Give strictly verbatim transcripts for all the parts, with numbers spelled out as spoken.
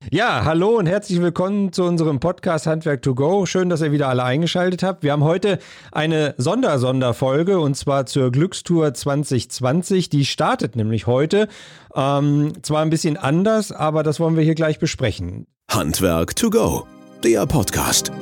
Ja, hallo und herzlich willkommen zu unserem Podcast Handwerk to go. Schön, dass ihr wieder alle eingeschaltet habt. Wir haben heute eine Sonder-Sonderfolge und zwar zur Glückstour zwanzig zwanzig. Die startet nämlich heute. Ähm, zwar ein bisschen anders, aber das wollen wir hier gleich besprechen. Handwerk to go, der Podcast.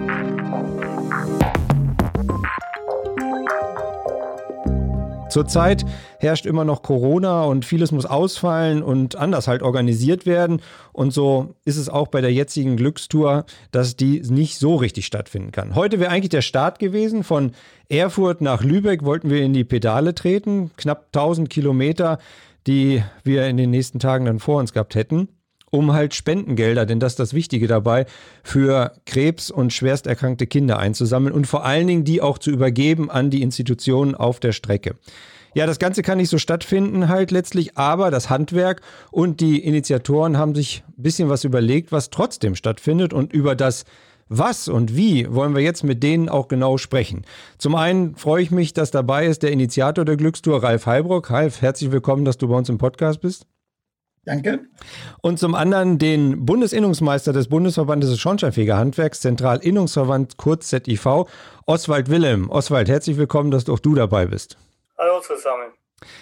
Zurzeit herrscht immer noch Corona und vieles muss ausfallen und anders halt organisiert werden. Und so ist es auch bei der jetzigen Glückstour, dass die nicht so richtig stattfinden kann. Heute wäre eigentlich der Start gewesen. Von Erfurt nach Lübeck wollten wir in die Pedale treten. Knapp tausend Kilometer, die wir in den nächsten Tagen dann vor uns gehabt hätten, um halt Spendengelder, denn das ist das Wichtige dabei, für Krebs- und schwersterkrankte Kinder einzusammeln und vor allen Dingen die auch zu übergeben an die Institutionen auf der Strecke. Ja, das Ganze kann nicht so stattfinden halt letztlich, aber das Handwerk und die Initiatoren haben sich ein bisschen was überlegt, was trotzdem stattfindet, und über das Was und wie wollen wir jetzt mit denen auch genau sprechen. Zum einen freue ich mich, dass dabei ist der Initiator der Glückstour, Ralf Heilbrock. Ralf, herzlich willkommen, dass du bei uns im Podcast bist. Danke. Und zum anderen den Bundesinnungsmeister des Bundesverbandes des Schornsteinfegerhandwerks, Zentralinnungsverband, kurz Z I V, Oswald Wilhelm. Oswald, herzlich willkommen, dass auch du dabei bist. Hallo zusammen.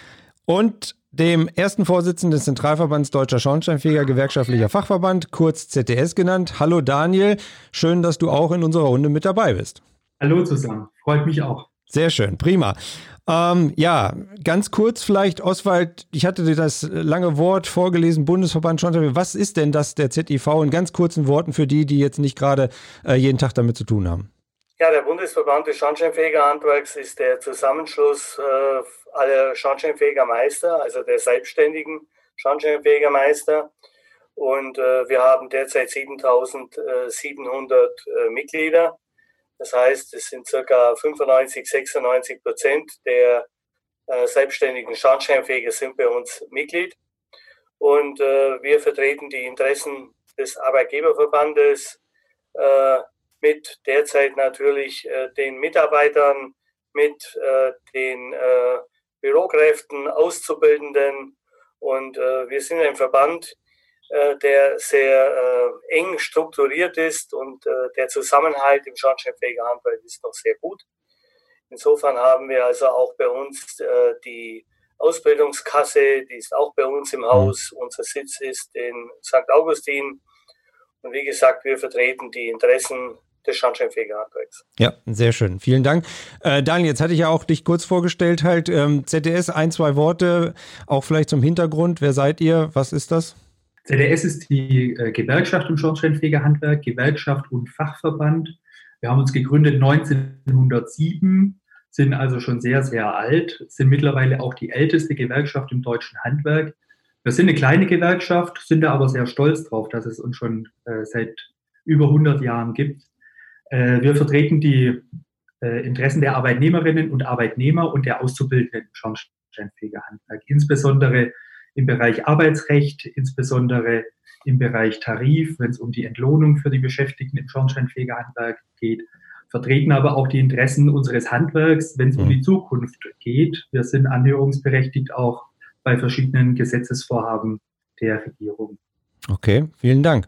Und dem ersten Vorsitzenden des Zentralverbands Deutscher Schornsteinfeger Gewerkschaftlicher Fachverband, kurz Z D S genannt. Hallo Daniel, schön, dass du auch in unserer Runde mit dabei bist. Hallo zusammen, freut mich auch. Sehr schön, prima. Ähm, ja, ganz kurz vielleicht, Oswald, ich hatte dir das lange Wort vorgelesen, Bundesverband Schornsteinfeger. Was ist denn das, der Z I V, in ganz kurzen Worten für die, die jetzt nicht gerade äh, jeden Tag damit zu tun haben? Ja, der Bundesverband des Schornsteinfegerhandwerks ist der Zusammenschluss äh, aller Schornsteinfegermeister, also der selbstständigen Schornsteinfegermeister. Und äh, wir haben derzeit siebentausendsiebenhundert äh, Mitglieder. Das heißt, es sind ca. fünfundneunzig, sechsundneunzig Prozent der äh, selbstständigen Schornsteinfeger sind bei uns Mitglied. Und äh, wir vertreten die Interessen des Arbeitgeberverbandes äh, mit derzeit natürlich äh, den Mitarbeitern, mit äh, den äh, Bürokräften, Auszubildenden. Und äh, wir sind ein Verband, der sehr äh, eng strukturiert ist, und äh, der Zusammenhalt im Schornsteinfegerhandwerk ist noch sehr gut. Insofern haben wir also auch bei uns äh, die Ausbildungskasse, die ist auch bei uns im Haus. Unser Sitz ist in Sankt Augustin. Und wie gesagt, wir vertreten die Interessen des Schornsteinfegerhandwerks. Ja, sehr schön. Vielen Dank. Äh, Daniel, jetzt hatte ich ja auch dich kurz vorgestellt, halt ähm, Z D S, ein, zwei Worte, auch vielleicht zum Hintergrund. Wer seid ihr? Was ist das? Z D S ist die äh, Gewerkschaft im Schornsteinfegerhandwerk, Gewerkschaft und Fachverband. Wir haben uns gegründet neunzehnhundertsieben, sind also schon sehr, sehr alt, sind mittlerweile auch die älteste Gewerkschaft im deutschen Handwerk. Wir sind eine kleine Gewerkschaft, sind da aber sehr stolz drauf, dass es uns schon äh, seit über hundert Jahren gibt. Äh, wir vertreten die äh, Interessen der Arbeitnehmerinnen und Arbeitnehmer und der Auszubildenden im Schornsteinfegerhandwerk, insbesondere im Bereich Arbeitsrecht, insbesondere im Bereich Tarif, wenn es um die Entlohnung für die Beschäftigten im Schornsteinfegerhandwerk geht, vertreten aber auch die Interessen unseres Handwerks, wenn es um die Zukunft geht. Wir sind anhörungsberechtigt auch bei verschiedenen Gesetzesvorhaben der Regierung. Okay, vielen Dank.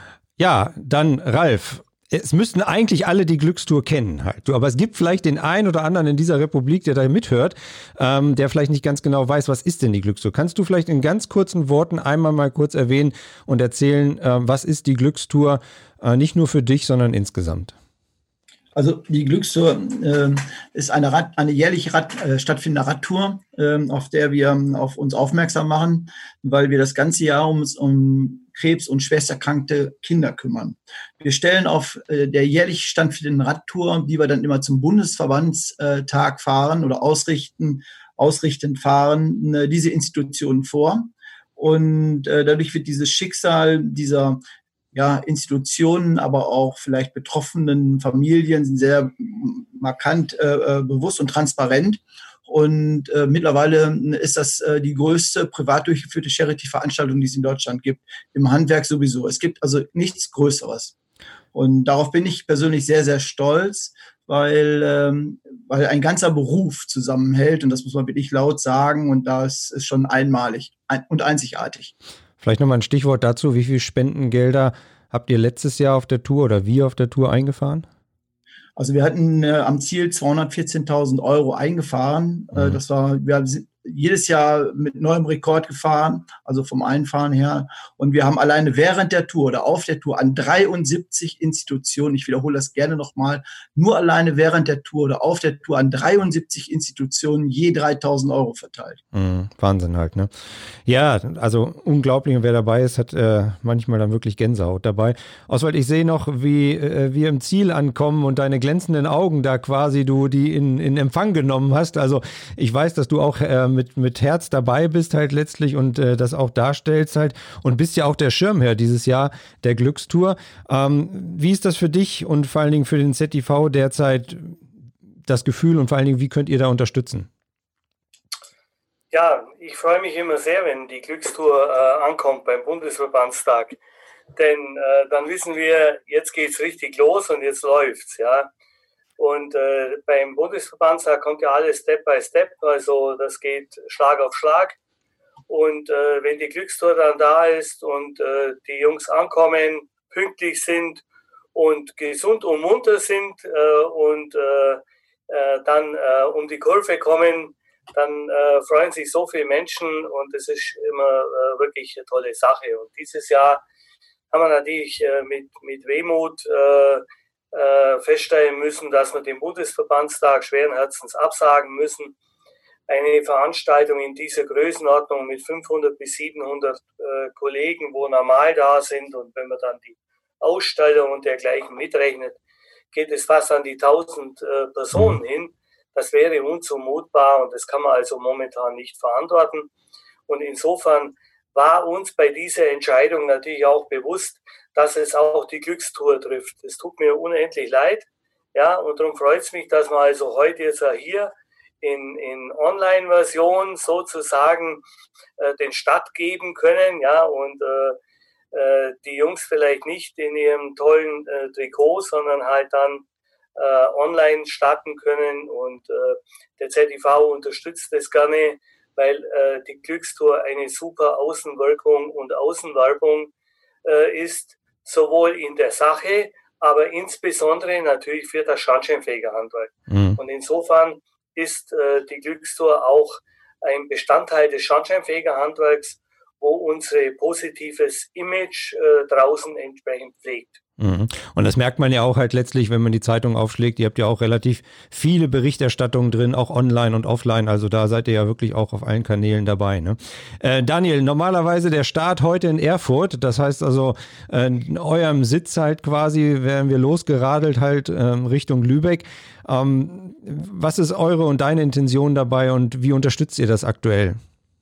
Ja, dann Ralf. Es müssten eigentlich alle die Glückstour kennen halt. Aber es gibt vielleicht den einen oder anderen in dieser Republik, der da mithört, ähm, der vielleicht nicht ganz genau weiß, was ist denn die Glückstour. Kannst du vielleicht in ganz kurzen Worten einmal mal kurz erwähnen und erzählen, äh, was ist die Glückstour, äh, nicht nur für dich, sondern insgesamt? Also die Glückstour äh, ist eine, Rad, eine jährlich Rad, äh, stattfindende Radtour, äh, auf der wir auf uns aufmerksam machen, weil wir das ganze Jahr um, um Krebs- und schwersterkrankte Kinder kümmern. Wir stellen auf äh, der jährlich stattfindenden Radtour, die wir dann immer zum Bundesverbandstag fahren oder ausrichten, ausrichtend fahren, äh, diese Institutionen vor. Und äh, dadurch wird dieses Schicksal dieser ja, Institutionen, aber auch vielleicht betroffenen Familien sind sehr markant äh, bewusst und transparent. Und äh, mittlerweile ist das äh, die größte privat durchgeführte Charity-Veranstaltung, die es in Deutschland gibt, im Handwerk sowieso. Es gibt also nichts Größeres. Und darauf bin ich persönlich sehr, sehr stolz, weil, ähm, weil ein ganzer Beruf zusammenhält. Und das muss man wirklich laut sagen. Und das ist schon einmalig und einzigartig. Vielleicht nochmal ein Stichwort dazu. Wie viel Spendengelder habt ihr letztes Jahr auf der Tour oder wir auf der Tour eingefahren? Also wir hatten äh, am Ziel zweihundertvierzehntausend Euro eingefahren. Mhm. Äh, das war, wir sind jedes Jahr mit neuem Rekord gefahren, also vom Einfahren her. Und wir haben alleine während der Tour oder auf der Tour an dreiundsiebzig Institutionen, ich wiederhole das gerne nochmal, nur alleine während der Tour oder auf der Tour an dreiundsiebzig Institutionen je dreitausend Euro verteilt. Mhm, Wahnsinn halt, ne? Ja, also unglaublich, wer dabei ist, hat äh, manchmal dann wirklich Gänsehaut dabei. Oswald, ich sehe noch, wie äh, wir im Ziel ankommen und deine glänzenden Augen da quasi du die in, in Empfang genommen hast. Also ich weiß, dass du auch äh, mit, mit Herz dabei bist halt letztlich und äh, das auch darstellst halt und bist ja auch der Schirmherr dieses Jahr der Glückstour. Ähm, wie ist das für dich und vor allen Dingen für den Z I V derzeit das Gefühl und vor allen Dingen, wie könnt ihr da unterstützen? Ja, ich freue mich immer sehr, wenn die Glückstour äh, ankommt beim Bundesverbandstag, denn äh, dann wissen wir, jetzt geht's richtig los und jetzt läuft's, ja. Und äh, beim Bundesverbandstag kommt ja alles Step by Step, also das geht Schlag auf Schlag. Und äh, wenn die Glückstour dann da ist und äh, die Jungs ankommen, pünktlich sind und gesund und munter sind äh, und äh, äh, dann äh, um die Kurve kommen, dann äh, freuen sich so viele Menschen und das ist immer äh, wirklich eine tolle Sache. Und dieses Jahr haben wir natürlich äh, mit, mit Wehmut äh, äh, feststellen müssen, dass wir den Bundesverbandstag schweren Herzens absagen müssen. Eine Veranstaltung in dieser Größenordnung mit fünfhundert bis siebenhundert äh, Kollegen, wo normal da sind, und wenn man dann die Ausstellung und dergleichen mitrechnet, geht es fast an die tausend äh, Personen hin. Das wäre unzumutbar und das kann man also momentan nicht verantworten. Und insofern war uns bei dieser Entscheidung natürlich auch bewusst, dass es auch die Glückstour trifft. Es tut mir unendlich leid, ja, und darum freut es mich, dass wir also heute jetzt hier in, in Online-Version sozusagen äh, den Start geben können, ja, und äh, äh, die Jungs vielleicht nicht in ihrem tollen äh, Trikot, sondern halt dann äh, online starten können und äh, der Z I V unterstützt das gerne, weil äh, die Glückstour eine super Außenwirkung und Außenwerbung äh, ist, sowohl in der Sache, aber insbesondere natürlich für das Schornsteinfegerhandwerk. Mhm. Und insofern ist äh, die Glückstour auch ein Bestandteil des Schornsteinfegerhandwerks, wo unser positives Image äh, draußen entsprechend pflegt. Und das merkt man ja auch halt letztlich, wenn man die Zeitung aufschlägt. Ihr habt ja auch relativ viele Berichterstattungen drin, auch online und offline. Also da seid ihr ja wirklich auch auf allen Kanälen dabei. Ne? Äh, Daniel, normalerweise der Start heute in Erfurt. Das heißt also, äh, in eurem Sitz halt quasi wären wir losgeradelt halt äh, Richtung Lübeck. Ähm, was ist eure und deine Intention dabei und wie unterstützt ihr das aktuell?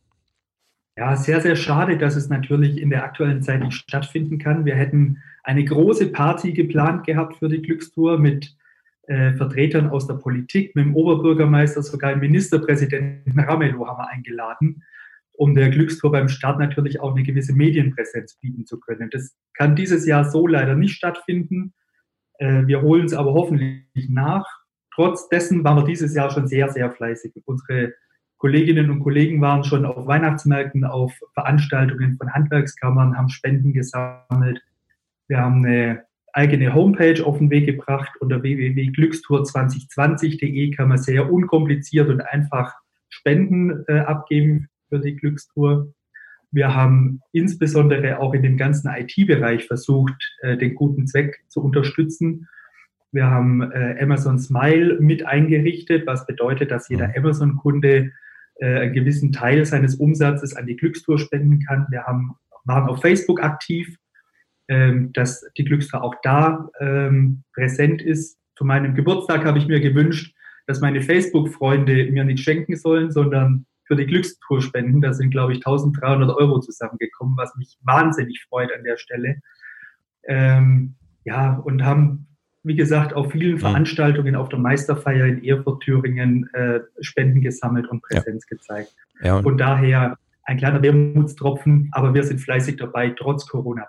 Ja, sehr, sehr schade, dass es natürlich in der aktuellen Zeit nicht stattfinden kann. Wir hätten eine große Party geplant gehabt für die Glückstour mit äh, Vertretern aus der Politik, mit dem Oberbürgermeister, sogar den Ministerpräsidenten Ramelow haben wir eingeladen, um der Glückstour beim Start natürlich auch eine gewisse Medienpräsenz bieten zu können. Das kann dieses Jahr so leider nicht stattfinden. Äh, wir holen es aber hoffentlich nach. Trotz dessen waren wir dieses Jahr schon sehr, sehr fleißig. Unsere Kolleginnen und Kollegen waren schon auf Weihnachtsmärkten, auf Veranstaltungen von Handwerkskammern, haben Spenden gesammelt. Wir haben eine eigene Homepage auf den Weg gebracht. Unter w w w punkt glückstour zwanzig zwanzig punkt de kann man sehr unkompliziert und einfach Spenden äh, abgeben für die Glückstour. Wir haben insbesondere auch in dem ganzen I T-Bereich versucht, äh, den guten Zweck zu unterstützen. Wir haben äh, Amazon Smile mit eingerichtet, was bedeutet, dass jeder Amazon-Kunde äh, einen gewissen Teil seines Umsatzes an die Glückstour spenden kann. Wir haben, waren auf Facebook aktiv, ähm, dass die Glückstour auch da ähm, präsent ist. Zu meinem Geburtstag habe ich mir gewünscht, dass meine Facebook-Freunde mir nicht schenken sollen, sondern für die Glückstour spenden. Da sind, glaube ich, dreizehnhundert Euro zusammengekommen, was mich wahnsinnig freut an der Stelle. Ähm, ja, und haben, wie gesagt, auf vielen Veranstaltungen auf der Meisterfeier in Erfurt, Thüringen äh, Spenden gesammelt und Präsenz ja. gezeigt. Ja, und Von daher ein kleiner Wermutstropfen, aber wir sind fleißig dabei, trotz Corona-Pandemie.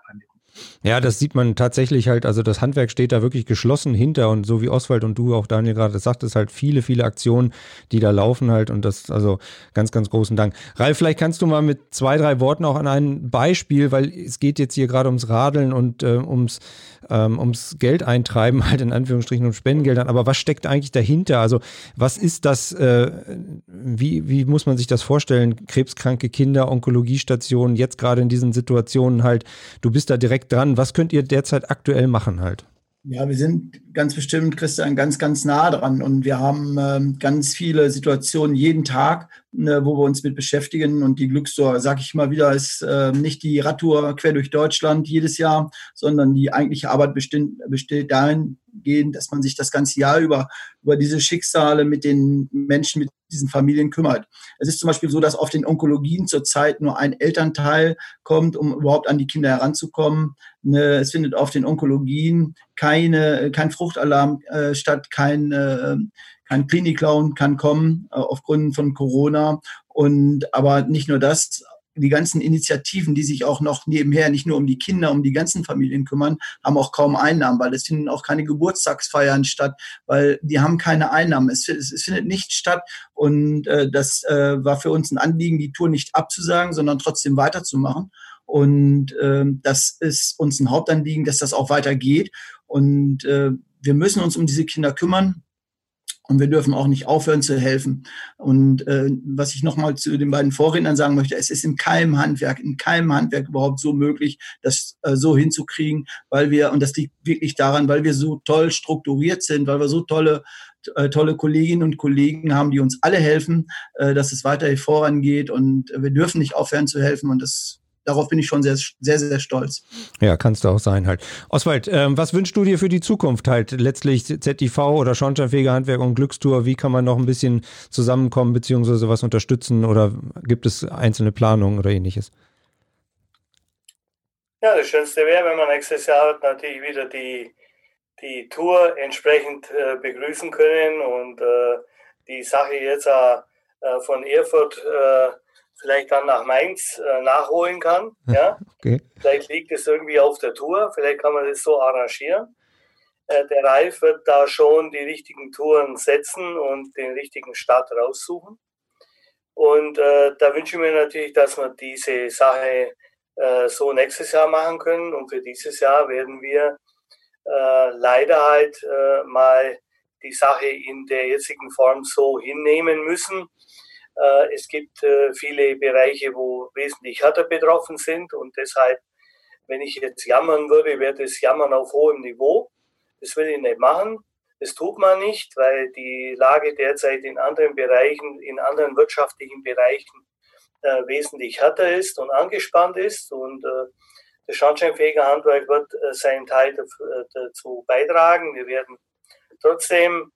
Ja, das sieht man tatsächlich halt, also das Handwerk steht da wirklich geschlossen hinter und so wie Oswald und du auch Daniel gerade sagt, es halt viele, viele Aktionen, die da laufen halt und das, also ganz, ganz großen Dank. Ralf, vielleicht kannst du mal mit zwei, drei Worten auch an ein Beispiel, weil es geht jetzt hier gerade ums Radeln und äh, ums, ähm, ums Geld eintreiben, halt in Anführungsstrichen um Spendengeldern, aber was steckt eigentlich dahinter? Also was ist das, äh, wie, wie muss man sich das vorstellen? Krebskranke Kinder, Onkologiestationen, jetzt gerade in diesen Situationen halt, du bist da direkt dran. Was könnt ihr derzeit aktuell machen halt? Ja, wir sind ganz bestimmt, Christian, ganz, ganz nah dran und wir haben ähm, ganz viele Situationen jeden Tag, ne, wo wir uns mit beschäftigen und die Glückstour, sage ich mal wieder, ist äh, nicht die Radtour quer durch Deutschland jedes Jahr, sondern die eigentliche Arbeit besteht, besteht dahingehend, dass man sich das ganze Jahr über über diese Schicksale mit den Menschen, mit diesen Familien kümmert. Es ist zum Beispiel so, dass auf den Onkologien zurzeit nur ein Elternteil kommt, um überhaupt an die Kinder heranzukommen. Es findet auf den Onkologien keine, kein Fruchtalarm äh, statt, kein, äh, kein Klinik-Clown kann kommen äh, aufgrund von Corona. Und aber nicht nur das, die ganzen Initiativen, die sich auch noch nebenher nicht nur um die Kinder, um die ganzen Familien kümmern, haben auch kaum Einnahmen, weil es finden auch keine Geburtstagsfeiern statt, weil die haben keine Einnahmen. Es, es, es findet nichts statt und äh, das äh, war für uns ein Anliegen, die Tour nicht abzusagen, sondern trotzdem weiterzumachen. Und äh, das ist uns ein Hauptanliegen, dass das auch weitergeht. Und äh, wir müssen uns um diese Kinder kümmern. Und wir dürfen auch nicht aufhören zu helfen. Und äh, was ich nochmal zu den beiden Vorrednern sagen möchte, es ist in keinem Handwerk, in keinem Handwerk überhaupt so möglich, das äh, so hinzukriegen, weil wir, und das liegt wirklich daran, weil wir so toll strukturiert sind, weil wir so tolle äh, tolle Kolleginnen und Kollegen haben, die uns alle helfen, äh, dass es weiter vorangeht. Und äh, wir dürfen nicht aufhören zu helfen. Und das Darauf bin ich schon sehr, sehr, sehr stolz. Ja, kannst du auch sein halt. Oswald, ähm, was wünschst du dir für die Zukunft halt? Letztlich Z I V oder Schornsteinfeger-Handwerk und Glückstour, wie kann man noch ein bisschen zusammenkommen beziehungsweise was unterstützen oder gibt es einzelne Planungen oder ähnliches? Ja, das Schönste wäre, wenn wir nächstes Jahr natürlich wieder die, die Tour entsprechend äh, begrüßen können und äh, die Sache jetzt äh, von Erfurt äh, vielleicht dann nach Mainz äh, nachholen kann. Ja? Okay. Vielleicht liegt es irgendwie auf der Tour, vielleicht kann man das so arrangieren. Äh, der Ralf wird da schon die richtigen Touren setzen und den richtigen Start raussuchen. Und äh, da wünsche ich mir natürlich, dass wir diese Sache äh, so nächstes Jahr machen können. Und für dieses Jahr werden wir äh, leider halt äh, mal die Sache in der jetzigen Form so hinnehmen müssen. Es gibt viele Bereiche, wo wesentlich härter betroffen sind und deshalb, wenn ich jetzt jammern würde, wäre das Jammern auf hohem Niveau. Das will ich nicht machen. Das tut man nicht, weil die Lage derzeit in anderen Bereichen, in anderen wirtschaftlichen Bereichen äh, wesentlich härter ist und angespannt ist und äh, das Schornsteinfegerhandwerk wird äh, seinen Teil dazu beitragen. Wir werden trotzdem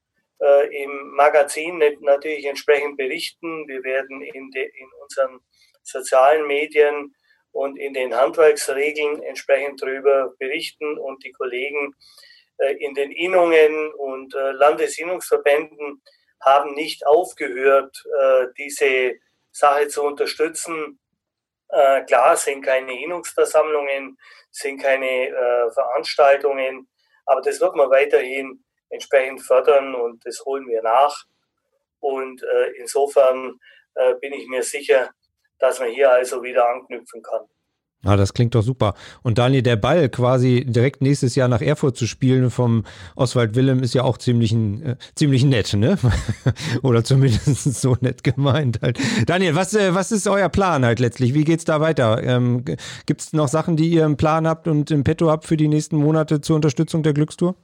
im Magazin natürlich entsprechend berichten. Wir werden in, de, in unseren sozialen Medien und in den Handwerksregeln entsprechend darüber berichten und die Kollegen äh, in den Innungen und äh, Landesinnungsverbänden haben nicht aufgehört, äh, diese Sache zu unterstützen. Äh, klar, sind keine Innungsversammlungen, sind keine äh, Veranstaltungen, aber das wird man weiterhin entsprechend fördern und das holen wir nach. Und äh, insofern äh, bin ich mir sicher, dass man hier also wieder anknüpfen kann. Ah, das klingt doch super. Und Daniel, der Ball quasi direkt nächstes Jahr nach Erfurt zu spielen vom Oswald Willem ist ja auch ziemlich, äh, ziemlich nett, ne? Oder zumindest so nett gemeint halt. Daniel, was, äh, was ist euer Plan halt letztlich? Wie geht's da weiter? Ähm, Gibt es noch Sachen, die ihr im Plan habt und im Petto habt für die nächsten Monate zur Unterstützung der Glückstour?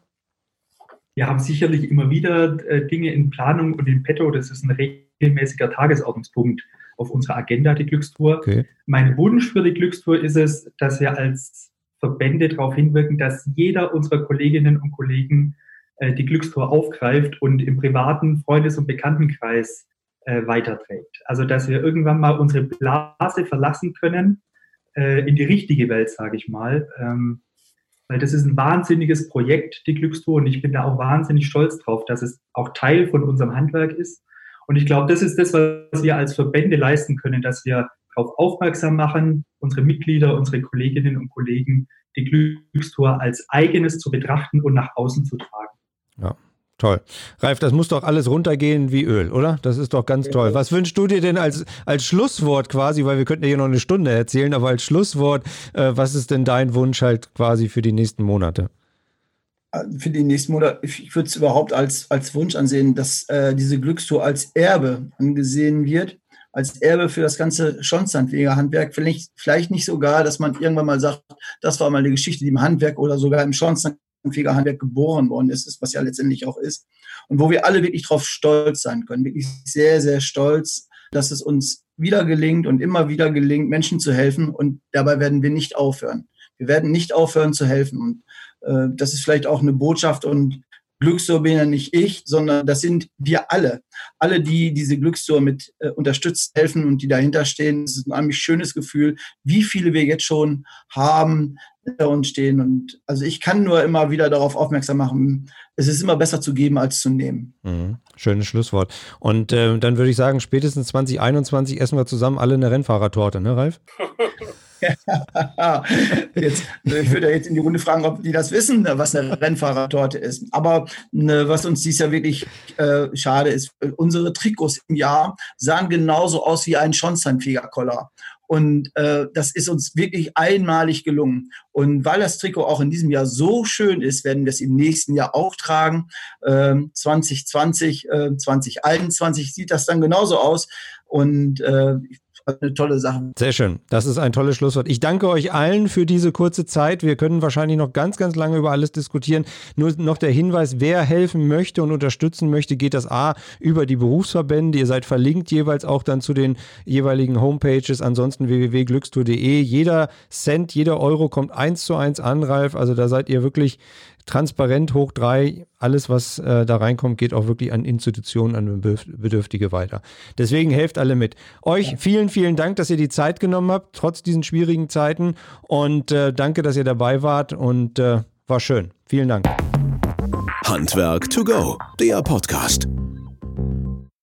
Wir haben sicherlich immer wieder äh, Dinge in Planung und in petto. Das ist ein regelmäßiger Tagesordnungspunkt auf unserer Agenda, die Glückstour. Okay. Mein Wunsch für die Glückstour ist es, dass wir als Verbände darauf hinwirken, dass jeder unserer Kolleginnen und Kollegen äh, die Glückstour aufgreift und im privaten Freundes- und Bekanntenkreis äh, weiterträgt. Also, dass wir irgendwann mal unsere Blase verlassen können, äh, in die richtige Welt, sage ich mal. Ähm, Weil das ist ein wahnsinniges Projekt, die Glückstour. Und ich bin da auch wahnsinnig stolz drauf, dass es auch Teil von unserem Handwerk ist. Und ich glaube, das ist das, was wir als Verbände leisten können, dass wir darauf aufmerksam machen, unsere Mitglieder, unsere Kolleginnen und Kollegen, die Glückstour als eigenes zu betrachten und nach außen zu tragen. Ja, toll. Ralf, das muss doch alles runtergehen wie Öl, oder? Das ist doch ganz toll. Was wünschst du dir denn als, als Schlusswort quasi, weil wir könnten ja hier noch eine Stunde erzählen, aber als Schlusswort, äh, was ist denn dein Wunsch halt quasi für die nächsten Monate? Für die nächsten Monate, ich würde es überhaupt als, als Wunsch ansehen, dass äh, diese Glückstour als Erbe angesehen wird, als Erbe für das ganze Schornsteinfegerhandwerk. Vielleicht, vielleicht nicht sogar, dass man irgendwann mal sagt, das war mal eine Geschichte, die im Handwerk oder sogar im Schornsteinfegerhandwerk geboren worden ist, was ja letztendlich auch ist. Und wo wir alle wirklich drauf stolz sein können, wirklich sehr, sehr stolz, dass es uns wieder gelingt und immer wieder gelingt, Menschen zu helfen. Und dabei werden wir nicht aufhören. Wir werden nicht aufhören zu helfen. Und äh, das ist vielleicht auch eine Botschaft. Und Glückstour bin ja nicht ich, sondern das sind wir alle. Alle, die diese Glückstour mit äh, unterstützt, helfen und die dahinter stehen. Es ist ein unheimlich schönes Gefühl, wie viele wir jetzt schon haben, hinter uns stehen. Und also ich kann nur immer wieder darauf aufmerksam machen, es ist immer besser zu geben als zu nehmen. Mhm. Schönes Schlusswort. Und äh, dann würde ich sagen, spätestens zwanzig einundzwanzig essen wir zusammen alle eine Rennfahrertorte, ne, Ralf? jetzt, ich würde ja jetzt in die Runde fragen, ob die das wissen, was eine Rennfahrertorte ist. Aber ne, was uns dies Jahr wirklich äh, schade ist, unsere Trikots im Jahr sahen genauso aus wie ein Schornsteinfegerkoller. Und äh, das ist uns wirklich einmalig gelungen. Und weil das Trikot auch in diesem Jahr so schön ist, werden wir es im nächsten Jahr auch tragen. Ähm, zwanzig zwanzig, äh, zwanzig einundzwanzig sieht das dann genauso aus. Und äh, eine tolle Sache. Sehr schön. Das ist ein tolles Schlusswort. Ich danke euch allen für diese kurze Zeit. Wir können wahrscheinlich noch ganz, ganz lange über alles diskutieren. Nur noch der Hinweis, wer helfen möchte und unterstützen möchte, geht das A über die Berufsverbände. Ihr seid verlinkt jeweils auch dann zu den jeweiligen Homepages. Ansonsten w w w punkt glückstour punkt de. Jeder Cent, jeder Euro kommt eins zu eins an, Ralf. Also da seid ihr wirklich transparent hoch drei. Alles, was äh, da reinkommt, geht auch wirklich an Institutionen, an Bedürftige weiter. Deswegen helft alle mit. Euch vielen, vielen Dank, dass ihr die Zeit genommen habt, trotz diesen schwierigen Zeiten. Und äh, danke, dass ihr dabei wart. Und äh, war schön. Vielen Dank. Handwerk to go, der Podcast.